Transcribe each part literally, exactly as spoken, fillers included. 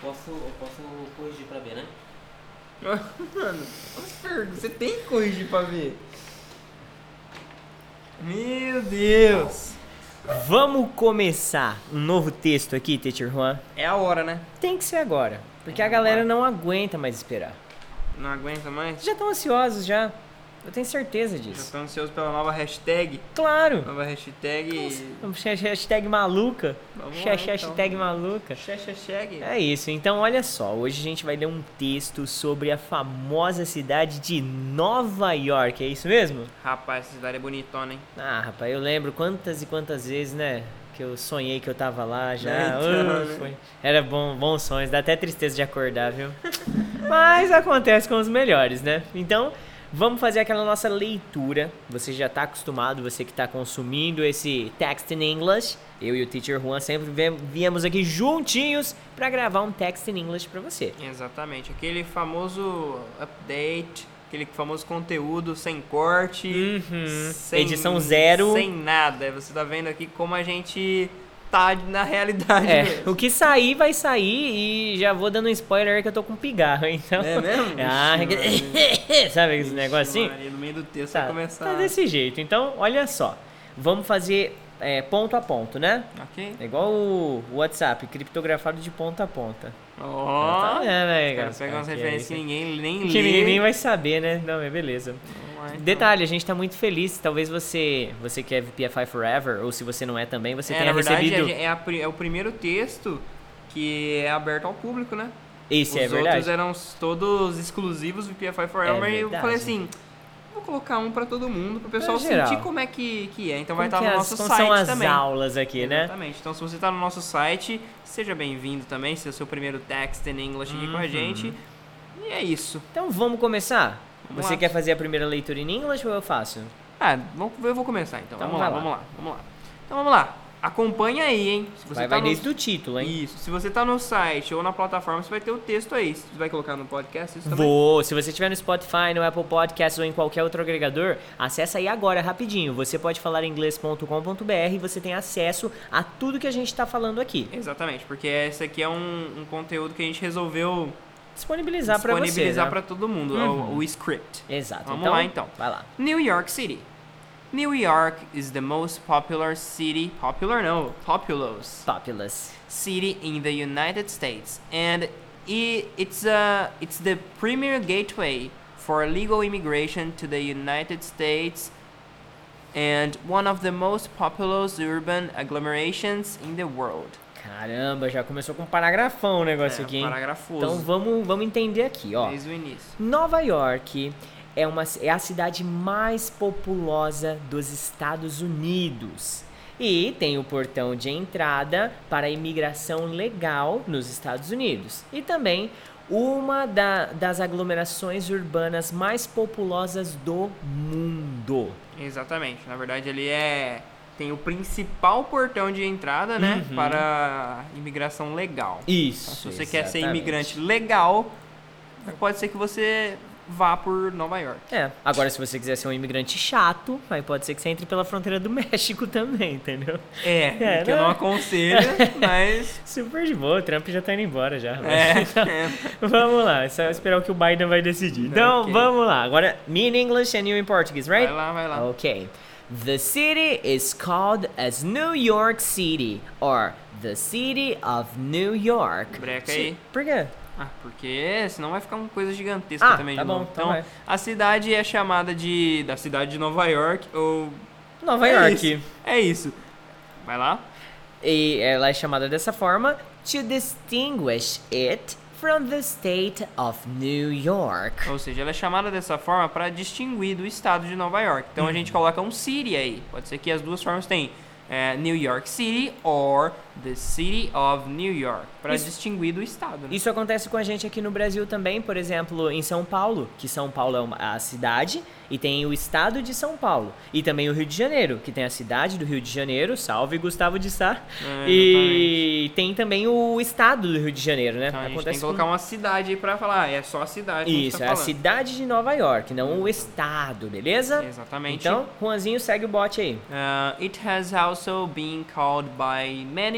posso, eu posso corrigir pra ver, né? Mano, você tem que corrigir pra ver. Meu Deus. Vamos começar um novo texto aqui, Teacher Juan? É a hora, né? Tem que ser agora, porque É a galera agora. não aguenta mais esperar. Não aguenta mais? Já estão ansiosos já, eu tenho certeza Já disso. tô ansioso pela nova hashtag. Claro! Nova hashtag. Hashtag maluca. Vamos lá, então. Hashtag maluca. Hashtag. É isso, então olha só, hoje a gente vai ler um texto sobre a famosa cidade de Nova York, é isso mesmo? Rapaz, essa cidade é bonitona, hein? Ah, rapaz, eu lembro quantas e quantas vezes, né, que eu sonhei que eu tava lá já. É, então, Uh, né? foi- Era bom, bons sonhos, dá até tristeza de acordar, viu? Mas acontece com os melhores, né? Então, vamos fazer aquela nossa leitura. Você já tá acostumado, você que tá consumindo esse Text in English. Eu e o Teacher Juan sempre vem- viemos aqui juntinhos pra gravar um Text in English pra você. Exatamente. Aquele famoso update, aquele famoso conteúdo sem corte, Uhum. sem, Edição zero. sem nada. Você tá vendo aqui como a gente tá na realidade É, mesmo. o que sair vai sair e já vou dando um spoiler que eu tô com pigarro, então. É mesmo? Ah, Ixi, sabe esse negócio assim? Maria, no meio do texto Tá, vai começar. tá desse jeito. Então, olha só. Vamos fazer é, ponto a ponto, né? Ok. É igual o WhatsApp, criptografado de ponta a ponta. Ó, Tá vendo, né, cara, cara? pega umas Que é referências isso que aí. ninguém nem Que lê. ninguém vai saber, né? Não, é beleza. Vamos lá, então. Detalhe, a gente tá muito feliz. Talvez você, você que é V P F I Forever, ou se você não é também, você é, tenha na verdade, recebido. é, a pri- é o primeiro texto que é aberto ao público, né? Esse Os é verdade. outros eram todos exclusivos V P F I Forever. É e eu verdade. falei assim, vou colocar um pra todo mundo, pro pessoal Pra geral. sentir como é que, que é. Então Como vai estar que no as- nosso como site são as também. aulas aqui, né? Exatamente. Então se você tá no nosso site, seja bem-vindo também, se é o seu primeiro Text in English aqui com a Uhum. gente. E é isso. Então vamos começar? Vamos Você lá. quer fazer a primeira leitura em inglês ou eu faço? Ah, vamos- eu vou começar então. Então vamos vai lá, lá. vamos lá, vamos lá. Então vamos lá. Acompanha aí, hein? Se você Vai, tá vai no... desde o título, hein? Isso. Se você tá no site ou na plataforma, você vai ter o texto aí. Você vai colocar no podcast isso também? Vou. Se você estiver no Spotify, no Apple Podcasts ou em qualquer outro agregador, acessa aí agora, rapidinho. Você pode falar inglês ponto com ponto b r e você tem acesso a tudo que a gente está falando aqui. Exatamente, porque esse aqui é um, um conteúdo que a gente resolveu Disponibilizar para você, disponibilizar né? para todo mundo, Uhum. o, o script. Exato. Vamos então, lá, então. Vai lá. New York City. New York is the most popular city, popular no, populous Populous. city in the United States, and i it's a it's the premier gateway for legal immigration to the United States, and one of the most populous urban agglomerations in the world. Caramba, já começou com um paragrafão o negócio É, aqui, hein? paragrafoso. Então vamos, vamos entender aqui, ó. Desde o início. Nova York é, uma, é a cidade mais populosa dos Estados Unidos e tem o portão de entrada para a imigração legal nos Estados Unidos e também uma da, das aglomerações urbanas mais populosas do mundo. Exatamente. Na verdade, ele é tem o principal portão de entrada, né, Uhum. para imigração legal. Isso. Então, se você quer ser exatamente. imigrante legal, pode ser que você vá por Nova York. É, agora se você quiser ser um imigrante chato, aí pode ser que você entre pela fronteira do México também, entendeu? É, É, que eu né? não aconselho, mas Super de boa, o Trump já tá indo embora já. é, Então, é. vamos lá, é só esperar o que o Biden vai decidir. Então, Ok. vamos lá. Agora, me in English and you in Portuguese, right? Vai lá, vai lá. Okay. The city is called as New York City, or the City of New York. Breca Ci- aí. Por quê? Ah, porque senão vai ficar uma coisa gigantesca Ah, também tá de bom, novo. então Então, vai. a cidade é chamada de da cidade de Nova York ou Nova é York. Isso, é isso. Vai lá. E ela é chamada dessa forma to distinguish it from the state of New York. Ou seja, ela é chamada dessa forma para distinguir do estado de Nova York. Então a gente coloca um city aí. Pode ser que as duas formas tenham é, New York City or the City of New York, para Isso- distinguir do estado. Né? Isso acontece com a gente aqui no Brasil também, por exemplo, em São Paulo, que São Paulo é uma- a cidade e tem o estado de São Paulo. E também o Rio de Janeiro, que tem a cidade do Rio de Janeiro, salve Gustavo de Sá. É, E tem também o estado do Rio de Janeiro, né? Então a gente tem Acontece que colocar uma cidade aí pra falar, ah, é só a cidade. que a gente Isso, tá é a falando. cidade de Nova York, não o estado, beleza? Exatamente. Então, Juanzinho, segue o bote aí. Uh, it has also been called by many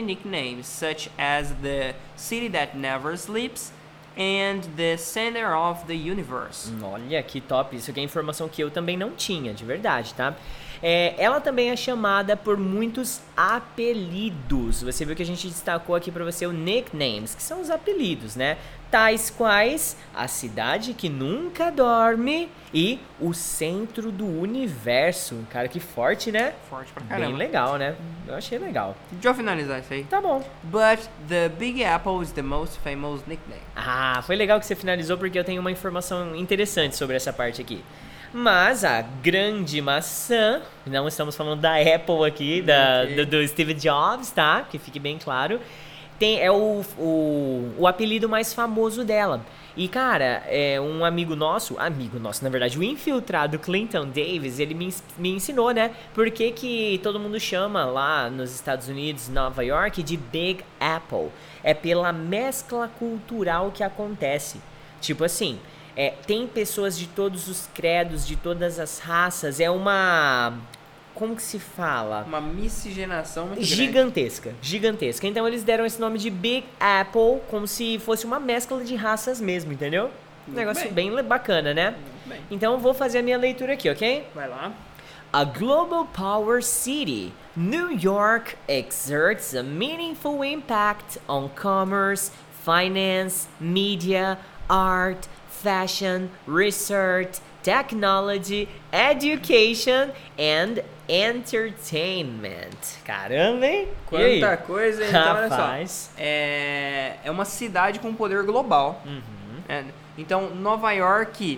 nicknames such as the City That Never Sleeps and the Center of the Universe. Olha que top, isso aqui é informação que eu também não tinha, de verdade, tá? É, ela também é chamada por muitos apelidos. Você viu que a gente destacou aqui pra você o nicknames, que são os apelidos, né? Tais quais a cidade que nunca dorme e o centro do universo. Cara, que forte, né? Forte pra caramba. Bem legal, né? Eu achei legal. Deixa eu finalizar isso aí. Tá bom. But the Big Apple is the most famous nickname. Ah, foi legal que você finalizou porque eu tenho uma informação interessante sobre essa parte aqui. Mas a grande maçã, não estamos falando da Apple aqui, da, Ok. do, do Steve Jobs, tá? Que fique bem claro. Tem, é o, o, o apelido mais famoso dela. E, cara, é um amigo nosso, amigo nosso, na verdade, o infiltrado Clinton Davis, ele me, ens- me ensinou, né? Por que que todo mundo chama lá nos Estados Unidos, Nova York, de Big Apple. É pela mescla cultural que acontece. Tipo assim, é, tem pessoas de todos os credos, de todas as raças. É uma... Como que se fala? Uma miscigenação muito grande. Gigantesca, gigantesca. Então eles deram esse nome de Big Apple como se fosse uma mescla de raças mesmo, entendeu? Um Muito negócio bem. bem le- bacana, né? Muito bem. Então eu vou fazer a minha leitura aqui, ok? Vai lá. A global power city, New York exerts a meaningful impact on commerce, finance, media, art, fashion, research, technology, education and entertainment. Caramba, hein? E aí? Quanta coisa, então olha Rapaz. só. É, é uma cidade com poder global. É, então, Nova York...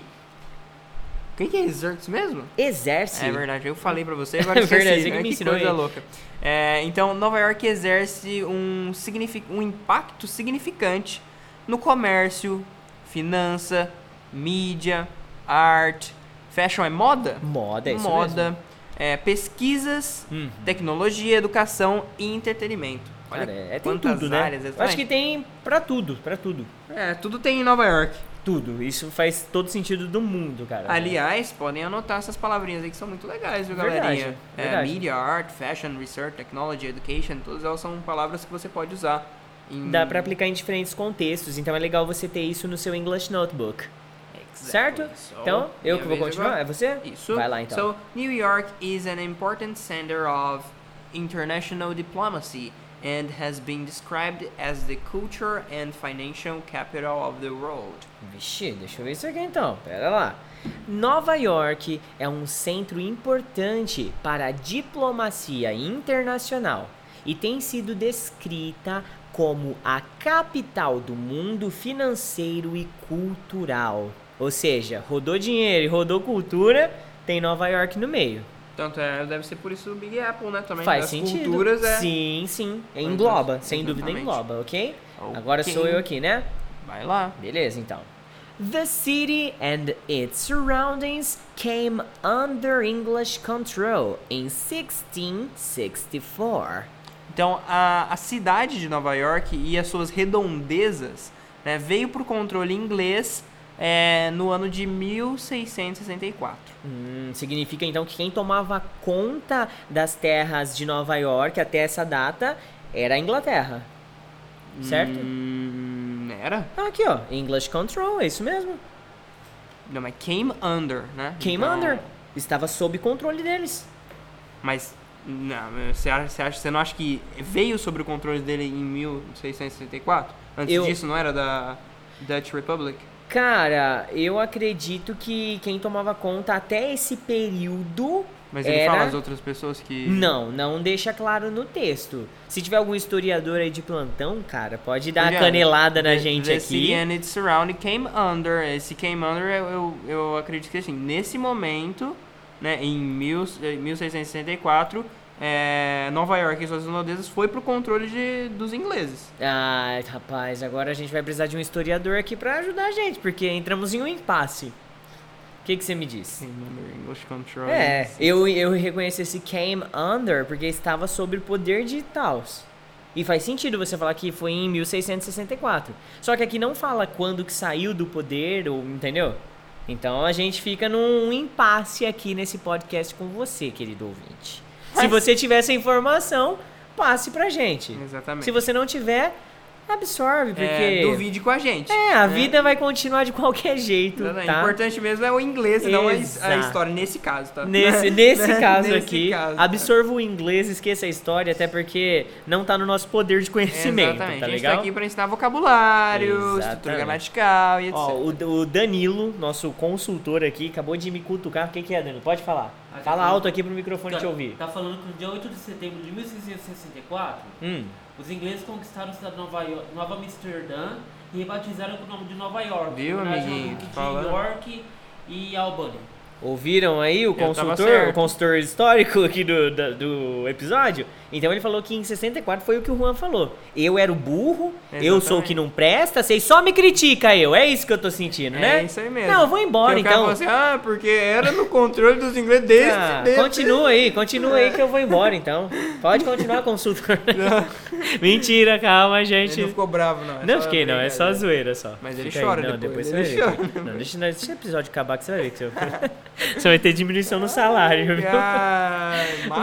Quem que é Exerts mesmo? Exerce. É verdade, eu falei pra você, agora É esqueci. verdade, você que né? me Que ensinou coisa aí. louca. É, então, Nova York exerce um, signifi- um impacto significante no comércio, finança, mídia, arte, fashion é moda? Moda, é isso Moda, mesmo. é, pesquisas, Uhum. tecnologia, educação e entretenimento. Olha Cara, é, tem quantas tudo, né? áreas, Eu acho que tem pra tudo, pra tudo. É, tudo tem em Nova York. Tudo. Isso faz todo sentido do mundo, cara. Aliás, podem anotar essas palavrinhas aí que são muito legais, viu, Verdade, galerinha? É, verdade. media, art, fashion, research, technology, education, todas elas são palavras que você pode usar. Em... Dá pra aplicar em diferentes contextos, então é legal você ter isso no seu English Notebook. Exactly. Certo? So, Então, eu minha que vou vez continuar? agora. É você? Isso. Vai lá então. So, New York is an important center of international diplomacy and has been described as the culture and financial capital of the world. Vixe, deixa eu ver isso aqui então. Pera lá. Nova York é um centro importante para a diplomacia internacional e tem sido descrita como a capital do mundo financeiro e cultural. Ou seja, rodou dinheiro e rodou cultura, tem Nova York no meio. Tanto é, deve ser por isso o Big Apple, né? Também Faz das sentido. culturas é. Sim, sim. Engloba, Exatamente. sem dúvida engloba, ok? Ok. Agora sou eu aqui, né? Vai lá. Beleza, então. The city and its surroundings came under English control in sixteen sixty-four. Então, a, a cidade de Nova York e as suas redondezas, né, veio para o controle inglês é, no ano de mil seiscentos e sessenta e quatro. Hum, significa então que quem tomava conta das terras de Nova York até essa data era a Inglaterra. Certo? Hum, era? Ah, aqui ó, English control, é isso mesmo. Não, mas came under, né? Came Então, under. Estava sob controle deles. Mas, não, você, acha, você, acha, você não acha que veio sobre o controle dele em mil seiscentos e sessenta e quatro? Antes Eu- disso, não era da Dutch Republic? Cara, eu acredito que quem tomava conta até esse período Mas ele era... fala as outras pessoas que... Não, não deixa claro no texto. Se tiver algum historiador aí de plantão, cara, pode dar a Juliana, canelada na the- gente the aqui. city and its surrounding came under. Esse came under, eu, eu, eu acredito que assim, nesse momento, né, em mil, mil seiscentos e sessenta e quatro, é, Nova York e suas redondezas foi pro controle de, dos ingleses. Ai, rapaz, agora a gente vai precisar de um historiador aqui pra ajudar a gente, porque entramos em um impasse. O que que você me diz? Came under English control. É, eu, eu reconheço esse came under porque estava sob o poder de Taos. E faz sentido você falar que foi em mil seiscentos e sessenta e quatro. Só que aqui não fala quando que saiu do poder, ou, entendeu? Então a gente fica num impasse aqui nesse podcast com você, querido ouvinte. Se Mas- você tiver essa informação, passe pra gente. Exatamente. Se você não tiver, absorve, porque... É, duvide com a gente. É, a né? vida vai continuar de qualquer jeito, Exatamente. tá? O importante mesmo é o inglês e não a, his- a Exato. história, nesse caso, tá? Nesse, nesse Né? caso Nesse aqui, caso, tá? absorva o inglês, esqueça a história, até porque não tá no nosso poder de conhecimento, Exatamente. tá a gente legal? tá aqui pra ensinar vocabulário, estrutura Exatamente. gramatical e etcétera. Ó, o, o Danilo, nosso consultor aqui, acabou de me cutucar. O que, que é, Danilo? Pode falar. Ah, Fala tá. alto aqui pro microfone Tá, te ouvir. tá falando que no dia oito de setembro de mil seiscentos e sessenta e quatro, Hum. os ingleses conquistaram a cidade de Nova, York, Nova Amsterdã e rebatizaram com o nome de Nova York. Viu, em homenagem ao amiguinho? Duque de Falando. York e Albany. Ouviram aí o tava consultor, certo. o consultor histórico aqui do, da- do episódio? Então ele falou que em sessenta e quatro foi o que o Juan falou. Eu era o burro, eu sou o Exatamente. que não presta, vocês só me criticam eu. É isso que eu tô sentindo, né? É isso aí mesmo. Não, eu vou embora Porque o cara então. falou assim, ah, porque era no controle dos ingleses desde... Ah, desde- continua aí, continua aí que eu vou embora então. Pode continuar, consultor. Mentira, calma, gente. Ele não ficou bravo, não. é Não só fiquei, não, é só brincadeira. zoeira só. Mas ele Fica chora Não, depois, você ele vai chora. ver. Não, deixa, deixa o episódio acabar que você vai ver que você, você vai ter diminuição no salário, viu? Ai, mas...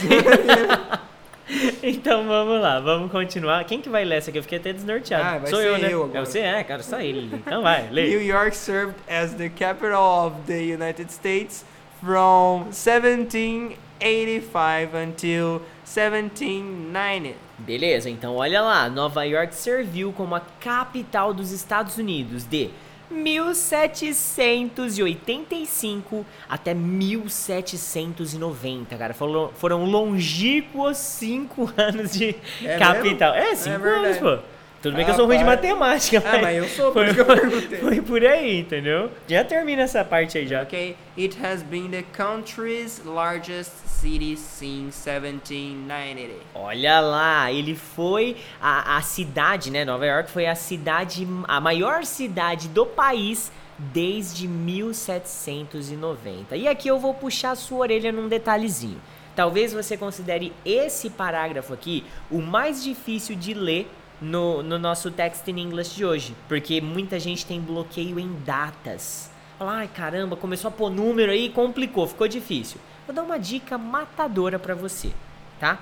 Bom, então vamos lá, vamos continuar. Quem que vai ler essa aqui? Eu fiquei até desnorteado. Ah, vai Sou ser eu, né? eu agora. É você é, cara, só ele. Então vai, lê. New York served as the capital of the United States from seventeen eighty-five until seventeen ninety. Beleza, então olha lá. Nova York serviu como a capital dos Estados Unidos de mil setecentos e oitenta e cinco até mil setecentos e noventa, cara. Foram, foram longínquos cinco anos de É capital. mesmo? É, É cinco verdade. anos, pô. Tudo bem que eu sou ruim de Rapaz. matemática, Ah, mas eu sou, por foi, isso que eu perguntei. foi por aí, entendeu? Já termina essa parte aí já. Okay, it has been the country's largest city since seventeen ninety. Olha lá, ele foi a, a cidade, né? Nova York foi a cidade, a maior cidade do país desde mil setecentos e noventa. E aqui eu vou puxar a sua orelha num detalhezinho. Talvez você considere esse parágrafo aqui o mais difícil de ler no, no nosso Text in English de hoje, porque muita gente tem bloqueio em datas. Fala, ai caramba, começou a pôr número aí, complicou, ficou difícil. Vou dar uma dica matadora pra você, tá?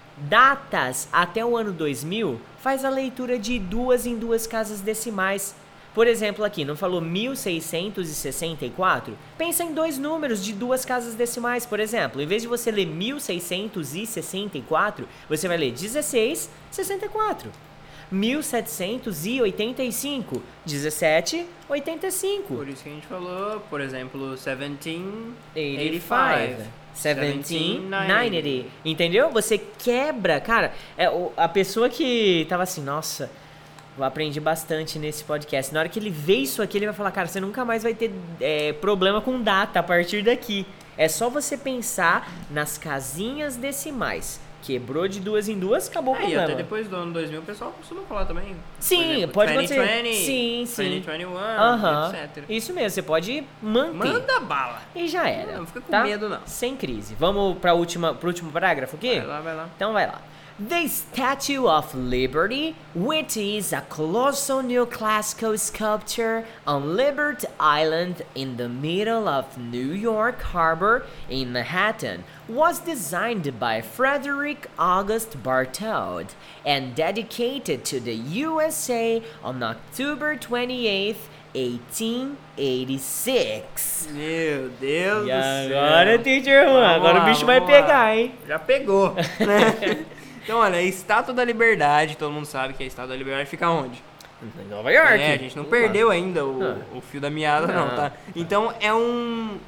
Datas até o ano dois mil faz a leitura de duas em duas casas decimais. Por exemplo, aqui, não falou mil seiscentos e sessenta e quatro? Pensa em dois números de duas casas decimais, por exemplo. Em vez de você ler mil seiscentos e sessenta e quatro, você vai ler dezesseis sessenta e quatro. mil setecentos e oitenta e cinco, dezessete oitenta e cinco. Por isso que a gente falou, por exemplo, seventeen eighty-five. seventeen seventeen ninety. Entendeu? Você quebra, cara. É, o- a pessoa que tava assim, nossa, eu aprendi bastante nesse podcast. Na hora que ele vê isso aqui, ele vai falar, cara, você nunca mais vai ter é, problema com data a partir daqui. É só você pensar nas casinhas decimais. Quebrou de duas em duas, acabou o Ah, e problema. até depois do ano dois mil o pessoal costuma falar também. Sim, Por exemplo, pode twenty acontecer. twenty, Sim, sim. twenty twenty-one, Aham. etcétera. Isso mesmo, você pode manter. Manda bala. E já era. Não, não fica com tá? medo, não. Sem crise. Vamos para última, pro último parágrafo aqui? Vai lá, vai lá. Então vai lá. The Statue of Liberty, which is a colossal neoclassical sculpture on Liberty Island in the middle of New York Harbor in Manhattan, was designed by Frederick August Barthold and dedicated to the U S A on October twenty-eighth, eighteen eighty-six. Meu Deus E do céu. agora, teacher Juan, Vamos agora lá, o bicho vai vamos lá. pegar, hein? Já pegou, né? Então, olha, a Estátua da Liberdade, todo mundo sabe que a Estátua da Liberdade fica onde? Em Nova York. É, a gente não perdeu ainda o, Ah. o fio da meada, não, Não. tá? Então, é um...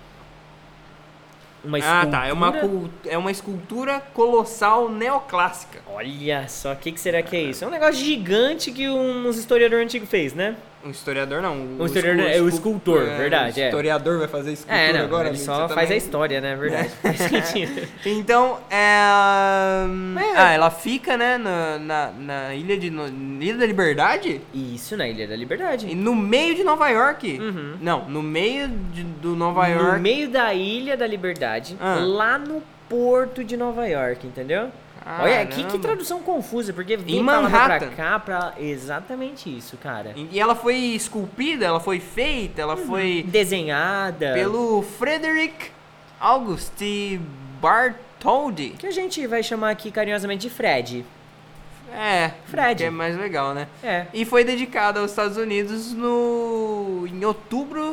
Uma Ah, escultura. tá, é uma, cul- é uma escultura colossal neoclássica. Olha só, o que, que será que é isso? É um negócio gigante que uns historiador antigo fez, né? Um historiador não. Um historiador é o escultor, verdade, O é. historiador vai fazer escultura É, não, agora? ele amigo? só Você faz a também- história, né? Verdade. Faz sentido. Então, é... É. Ah, ela fica, né, na, na, na ilha, de, no, Ilha da Liberdade? Isso, na Ilha da Liberdade. E no meio de Nova York? Uhum. Não, no meio de, do Nova No York. meio da Ilha da Liberdade, Ah. lá no porto de Nova York, entendeu? Olha, que, que Caramba. tradução confusa, porque vem Em pra lá, vem pra Manhattan. cá, pra... Exatamente isso, cara. E ela foi esculpida, ela foi feita, ela foi Desenhada. pelo Frederick Auguste Bart, Toad. Que a gente vai chamar aqui carinhosamente de Fred. É, Fred. que é mais legal, né? É. E foi dedicado aos Estados Unidos no em outubro,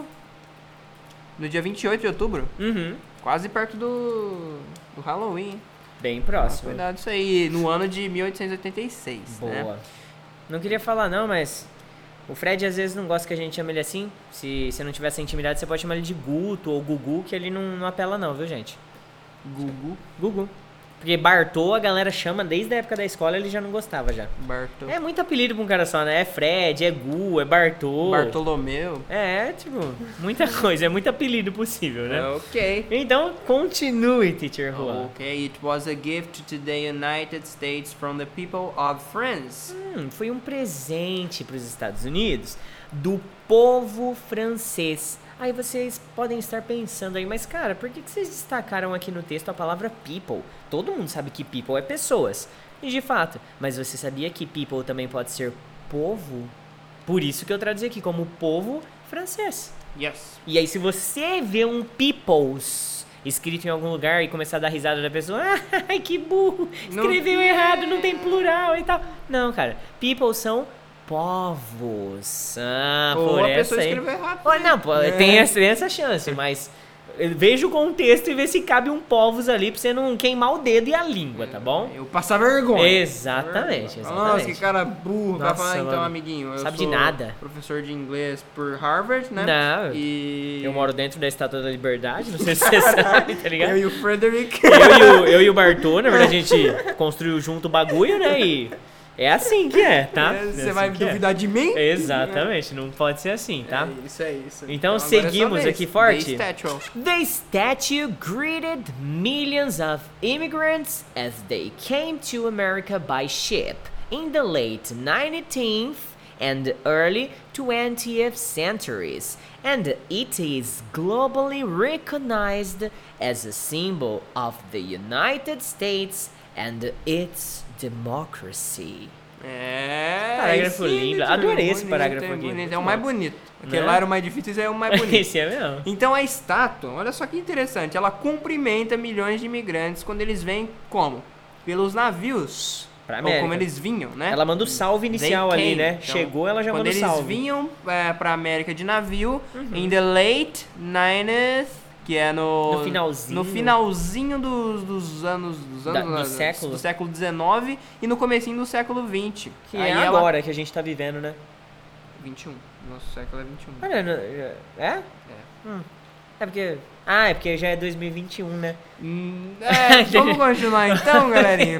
no dia vinte e oito de outubro, Uhum. quase perto do, do Halloween. Bem Ah, próximo. cuidado isso aí, no ano de mil oitocentos e oitenta e seis, Boa. né? Não queria falar não, mas o Fred às vezes não gosta que a gente chame ele assim. Se você não tiver essa intimidade, você pode chamar ele de Guto ou Gugu, que ele não, não apela não, viu, gente? Gugu, Gugu. Porque Bartô a galera chama desde a época da escola, ele já não gostava já. Bartol... É muito apelido pra um cara só, né? É Fred, é Gu, é Bartô. Bartolomeu. É, tipo, muita coisa, é muito apelido possível, né? Ok. Então, continue, Teacher Juan. Okay, it was a gift to the United States from the people of France. Hum, foi um presente para os Estados Unidos do povo francês. Aí vocês podem estar pensando aí, mas cara, por que que vocês destacaram aqui no texto a palavra people? Todo mundo sabe que people é pessoas. E de fato, mas você sabia que people também pode ser povo? Por isso que eu traduzi aqui como povo francês. Yes. E aí se você vê um peoples escrito em algum lugar e começar a dar risada da pessoa, ai que burro, escreveu Não- errado, não tem plural e tal. Não, cara, people são povos. Ah, Ou por a essa pessoa aí. escreveu errado. Oh, não, pô, É. tem, essa, tem essa chance, mas veja o contexto e vê se cabe um povos ali pra você não queimar o dedo e a língua, tá bom? Eu passar vergonha. Exatamente, Nossa, exatamente. que cara burro. Vai Nossa, falar, então, mano. amiguinho. Eu Sabe de sou nada. professor de inglês por Harvard, né? Não, E... eu moro dentro da Estátua da Liberdade, não sei se você sabe, tá ligado? Eu e o Frederick. Eu e o, eu e o Bartô, na verdade, a gente construiu junto o bagulho, né? E é assim que é, tá? É, É Você assim vai que é. duvidar de mim? Exatamente, não pode ser assim, tá? É isso, é isso. Então, agora é sua seguimos vez. aqui forte. The statue. The statue greeted millions of immigrants as they came to America by ship in the late nineteenth and early twentieth centuries, and it is globally recognized as a symbol of the United States and its democracy. É. Parágrafo esse lindo. é Adorei bonito, esse parágrafo é aqui. bonito. Muito É o bom. mais bonito. Porque Né? lá era o mais difícil, esse é o mais bonito. Esse é mesmo. Então a estátua, olha só que interessante, ela cumprimenta milhões de imigrantes quando eles vêm como? Pelos navios. Pra Ou América. como eles vinham, né? Ela manda o salve inicial They ali, came. né? Então, Chegou, ela já quando manda o eles salve. vinham é, pra América de navio, Uhum. in the late nineties, que é no... No finalzinho. No finalzinho dos, dos anos... Dos Da- anos do uh, século. do século dezenove e no comecinho do século vinte. Que Aí é ela- agora que a gente tá vivendo, né? vinte e um. Nosso século é vinte e um. Ah, não, não, é? É? Hum. É porque... Ah, é porque já é dois mil e vinte e um, né? Hum, é, vamos continuar então, galerinha.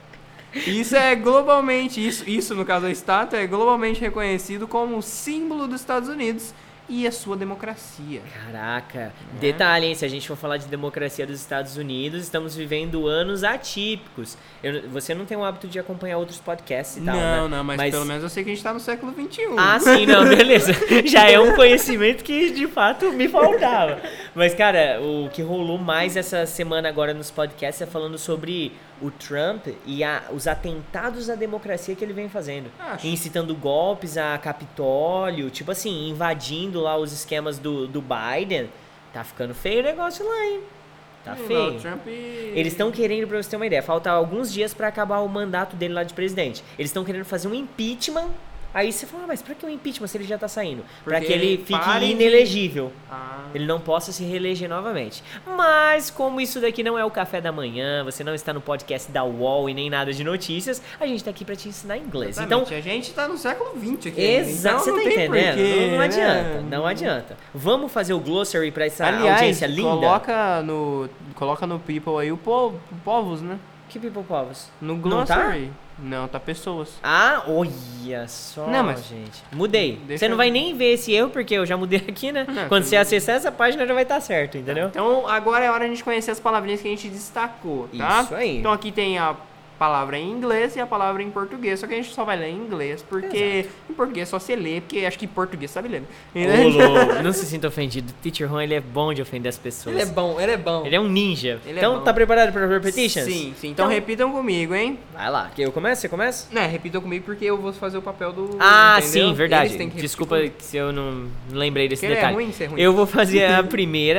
Isso é globalmente, isso, isso no caso a estátua, é globalmente reconhecido como símbolo dos Estados Unidos e a sua democracia. Caraca. Detalhe, hein? Se a gente for falar de democracia dos Estados Unidos, estamos vivendo anos atípicos. Eu- você não tem o hábito de acompanhar outros podcasts e tal, não, né? não, mas, pelo menos eu sei que a gente tá no século vinte e um. Ah, sim, não, beleza. Já é um conhecimento que de fato me faltava. Mas, cara, o que rolou mais essa semana agora nos podcasts é falando sobre o Trump e a- os atentados à democracia que ele vem fazendo. Acho. Incitando golpes a Capitólio, tipo assim, invadindo lá os esquemas do, do Biden. Tá ficando feio o negócio lá, hein? Tá Sim, feio. não, Trump e- Eles estão querendo, pra você ter uma ideia, falta alguns dias pra acabar o mandato dele lá de presidente. Eles estão querendo fazer um impeachment. Aí você fala, ah, mas pra que um impeachment se ele já tá saindo? Pra Porque que ele ele fique pare de- inelegível. Ah, Ele não possa se reeleger novamente. Mas, como isso daqui não é o café da manhã, você não está no podcast da U O L e nem nada de notícias, a gente tá aqui pra te ensinar inglês. Então, exatamente, a gente tá no século vinte aqui. exato, então você não tá tem entendendo? porquê, não, não né? adianta, não adianta. Vamos fazer o glossary pra essa Aliás, audiência linda? coloca no, coloca no people aí o povo, povos, né? Que people povos? No Não tá? glossary. Não, tá pessoas. Ah, olha só, Não, mas- gente. Mudei. Deixa Você não eu- vai nem ver esse erro, porque eu já mudei aqui, né? Não, Quando tudo você bem. acessar essa página, já vai estar certo, entendeu? Então agora é hora de a gente conhecer as palavrinhas que a gente destacou, tá? Isso aí. Então aqui tem a palavra em inglês e a palavra em português, só que a gente só vai ler em inglês, porque em português só você lê, porque acho que em português sabe ler. né? Ô, louco, não se sinta ofendido. Teacher Juan, ele é bom de ofender as pessoas. Ele é bom, ele é bom. Ele é um ninja. Ele é então, bom. tá preparado para repetitions? Sim, sim. Então, Então- repitam comigo, hein? Vai lá. Eu começo? Você começa? Né, repitam comigo porque eu vou fazer o papel do... Ah, entendeu? sim, verdade. Eles têm que repetir Desculpa comigo. se eu não lembrei desse Porque é detalhe. ruim ser ruim. Eu vou fazer a primeira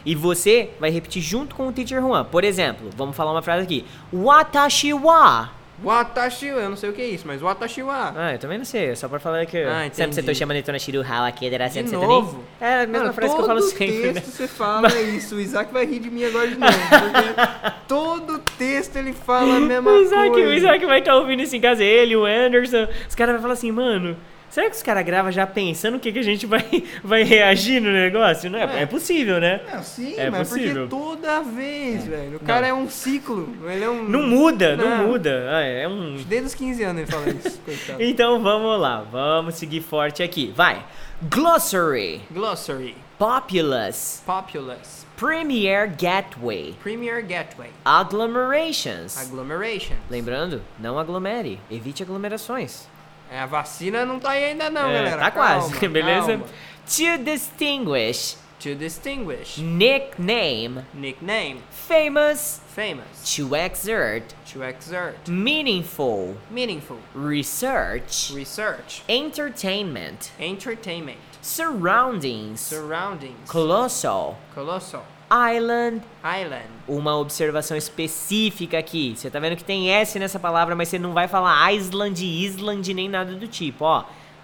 E você vai repetir junto com o Teacher Juan. Por exemplo, vamos falar uma frase aqui. Watashi wa. Watashi, eu não sei o que é isso, mas watashi wa. Ah, eu também não sei, é só pra falar que... Ah, sempre você entendi. tô chamando de Tonashiru Hawa aqui, De você novo? É a mesma Mano, frase que eu falo todo sempre, né? texto você fala isso. O Isaac vai rir de mim agora de novo. Porque todo texto ele fala a mesma O Isaac, coisa. o Isaac vai estar ouvindo isso em casa, ele, o Anderson. Os caras vão falar assim, mano, será que os caras gravam já pensando o que, que a gente vai, vai reagir no negócio? Não é, É. é possível, né? Não, sim, É mas possível. porque toda vez, velho. O cara é um ciclo. Ele é um. Não muda, não, Não. muda. Ah, é um... Desde os quinze anos ele fala isso, coitado. Então vamos lá, vamos seguir forte aqui. Vai. Glossary. Glossary. Populous. Populous. Premier Gateway. Premier Gateway. Agglomerations. Agglomeration. Lembrando, não aglomere. Evite aglomerações. É, a vacina não tá aí ainda não, É, galera. tá Calma, quase, beleza? calma. To distinguish. To distinguish. Nickname. Nickname. Famous. Famous. To exert. To exert. Meaningful. Meaningful. Research. Research. Entertainment. Entertainment. Surroundings. Surroundings. Colossal. Colossal. Island. Island. Uma observação específica aqui. Você tá vendo que tem S nessa palavra, mas você não vai falar Island, Island, nem nada do tipo, ó.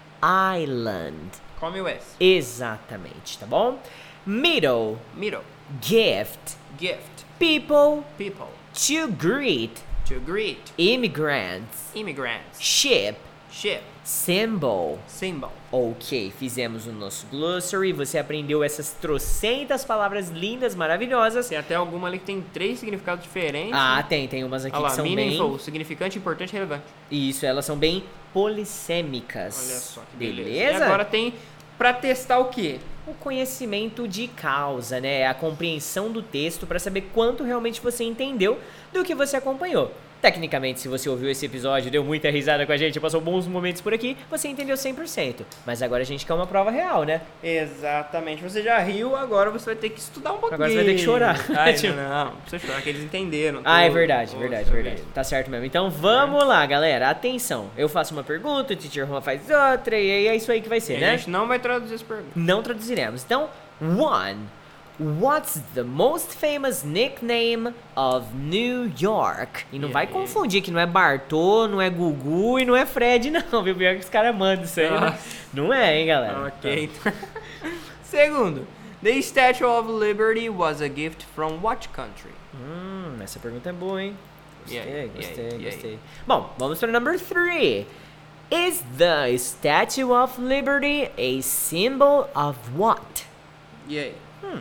Island. Come o S. Exatamente, tá bom? Middle. Middle. Gift. Gift. People. People. To greet. To greet. Immigrants. Immigrants. Ship. Ship. Symbol. Symbol. Ok, fizemos o nosso glossary. Você aprendeu essas trocentas palavras lindas, maravilhosas. Tem até alguma ali que tem três significados diferentes. Ah, tem, tem umas aqui Olha lá, que são meaningful, bem... significante, importante e relevante. Isso, elas são bem polissêmicas. Olha só que beleza. Beleza? E agora tem pra testar o quê? O conhecimento de causa, né? A compreensão do texto para saber quanto realmente você entendeu do que você acompanhou. Tecnicamente, se você ouviu esse episódio, deu muita risada com a gente, passou bons momentos por aqui, você entendeu cem por cento. Mas agora a gente quer uma prova real, né? Exatamente. Você já riu, agora você vai ter que estudar um pouquinho. Agora você vai ter que chorar. Ai, Tipo- não, não, não precisa chorar, que eles entenderam. Ah, é tudo. verdade, Poxa verdade, verdade. vida. Tá certo mesmo. Então vamos lá, galera. Atenção. Eu faço uma pergunta, o Teacher Juan faz outra, e é isso aí que vai ser, E né? a gente não vai traduzir as perguntas. Não traduziremos. Então, one. What's the most famous nickname of New York? E não E vai aí? confundir que não é Bartô, não é Gugu e não é Fred, não, viu? Pior que os caras mandam isso aí, né? Nossa. Não é, hein, galera? Ok. Segundo, the Statue of Liberty was a gift from what country? Hum, essa pergunta é boa, hein? E Gostei, aí, e gostei, aí, e aí? gostei. Bom, vamos para o number three. Is the Statue of Liberty a symbol of what? E aí? Hum.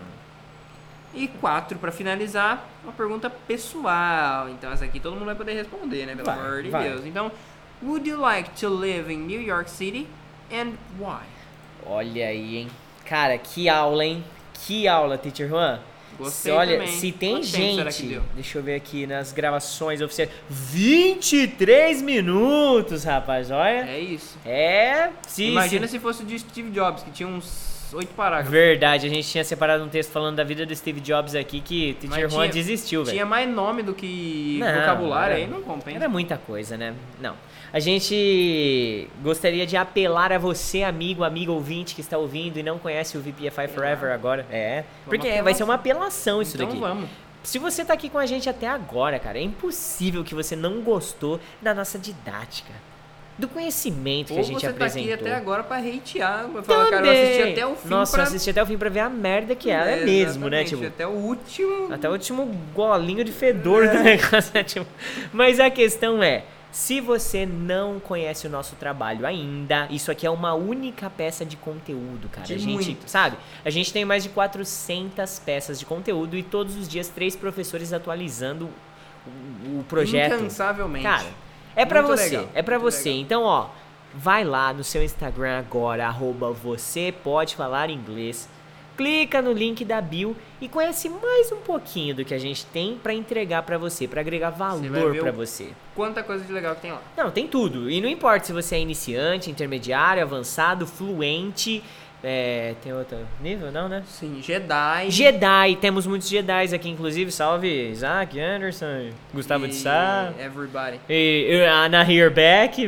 E quatro, pra finalizar, uma pergunta pessoal. Então essa aqui todo mundo vai poder responder, né? Pelo Vai, amor de vai. Deus. Então, would you like to live in New York City and why? Olha aí, hein? Cara, que aula, hein? Que aula, Teacher Juan. Gostei Se, olha, também. se tem Quanto tempo será que gente, deu? deixa eu ver aqui nas gravações oficiais, vinte e três minutos, rapaz, olha. É isso. É, se, Imagina se... se fosse de Steve Jobs, que tinha uns oito parágrafos. Verdade, a gente tinha separado um texto falando da vida do Steve Jobs aqui que Teacher Mas Juan tinha- desistiu, velho. Tinha mais nome do que Não, vocabulário, era- aí não compensa. Era muita coisa, né? Não. A gente gostaria de apelar a você, amigo, amigo ouvinte que está ouvindo e não conhece o V P F I Forever agora. É, porque apelar. vai ser uma apelação isso Então daqui. vamos. Se você tá aqui com a gente até agora, cara, é impossível que você não gostou da nossa didática, do conhecimento que Ou a gente você tá apresentou. aqui até agora pra hatear, pra falar, cara, eu Também. assisti até o fim Nossa, pra... eu assisti até o fim pra ver a merda que ela é, mesmo, né? exatamente, Tipo, até o último... até o último golinho de fedor do negócio, né? Tipo, mas a questão é, se você não conhece o nosso trabalho ainda, isso aqui é uma única peça de conteúdo, cara. De a gente, muitas. sabe? A gente tem mais de quatrocentas peças de conteúdo e todos os dias três professores atualizando o, o projeto. Incansavelmente. Cara, é pra Muito você, legal, é pra muito você. legal. Então, ó, vai lá no seu Instagram agora, arroba você pode falar inglês. Clica no link da bio e conhece mais um pouquinho do que a gente tem pra entregar pra você, pra agregar vai valor ver pra o- você. Quanta coisa de legal que tem lá. Não, tem tudo. E não importa se você é iniciante, intermediário, avançado, fluente. É, tem outro nível? Não, né? Sim, Jedi. Jedi, temos muitos Jedis aqui, inclusive. Salve Isaac, Anderson, Gustavo e de Sá. Everybody. E, e Ana Herbeck.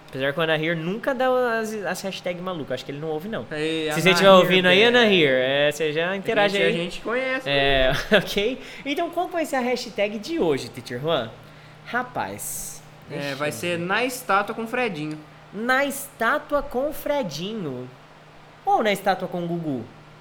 Apesar que o Anahir nunca dá as, as hashtags malucas. Acho que ele não ouve, não. Aí, Se você estiver Anahir, ouvindo aí, é, Anahir, é, você já interage a gente, aí. A gente conhece. É, ok? Então, qual vai ser a hashtag de hoje, Teacher Juan? Rapaz. É, deixa vai eu ser ver. na estátua com o Fredinho. Na estátua com o Fredinho. Ou na estátua com o Gugu?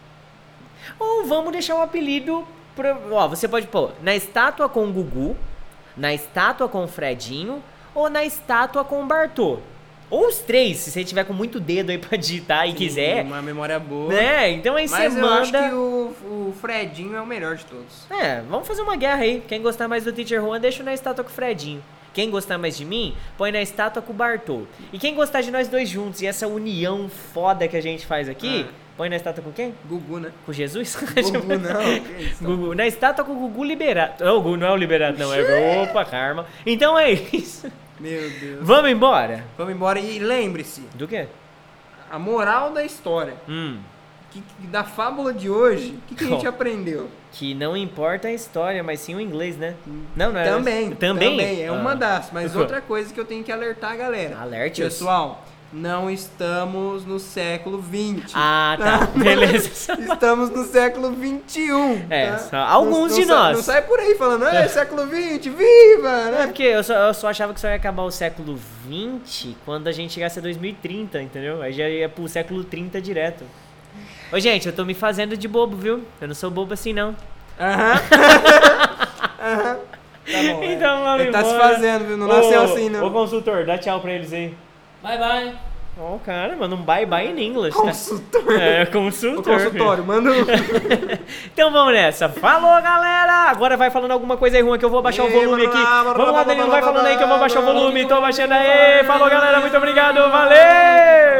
Ou vamos deixar um apelido... Pra, ó, você pode pôr na estátua com o Gugu, na estátua com o Fredinho, ou na estátua com o Bartô. Ou os três, se você tiver com muito dedo aí pra digitar e Sim, quiser. Uma memória boa. Né? Então aí Mas você eu acho manda... que o, o Fredinho é o melhor de todos. É, vamos fazer uma guerra aí. Quem gostar mais do Teacher Juan, deixa na estátua com o Fredinho. Quem gostar mais de mim, põe na estátua com o Bartô. E quem gostar de nós dois juntos e essa união foda que a gente faz aqui, Ah. põe na estátua com quem? Gugu, né? Com Jesus? Gugu não, que isso? Gugu. Na estátua com o Gugu liberado. Não, o Gugu não é o liberado, não. É... Opa, karma. Então é isso. Meu Deus. Vamos embora? Vamos embora e lembre-se, Do quê? a moral da história, Hum. que, que- da fábula de hoje, o que, que a gente Qual? aprendeu? Que não importa a história, mas sim o inglês, né? Não, não é. Também, Também? é Ah. uma das, mas outra coisa que eu tenho que alertar a galera. Alerte-os. Pessoal, não estamos no século vinte. Ah, tá. Beleza. Estamos no século vinte e um. É, tá? só alguns Não- de não sa- nós. Não sai por aí falando, é século vinte, viva! É Né? porque eu só, eu só achava que só ia acabar o século vinte quando a gente chegasse a dois mil e trinta, entendeu? Aí já ia pro século trinta direto. Ô, gente, eu tô me fazendo de bobo, viu? Eu não sou bobo assim, não. Aham. Aham. Tá bom. é. Então vamos Ele tá se embora. fazendo, viu? Não nasceu assim, Ô, não. consultor, dá tchau pra eles aí. Bye, bye. Ó, o cara, manda um bye-bye in English, tá? Consultor. É, O consultor. consultório, manda um. Então vamos nessa. Falou, galera! Agora vai falando alguma coisa aí, Juan, que eu vou baixar o Ei, volume vamos aqui. lá, bora Vamos lá, lá, Danilo, bora vai lá, falando aí que eu vou baixar o bora lá. volume. Tô baixando aí. Falou, galera, muito obrigado. Valeu!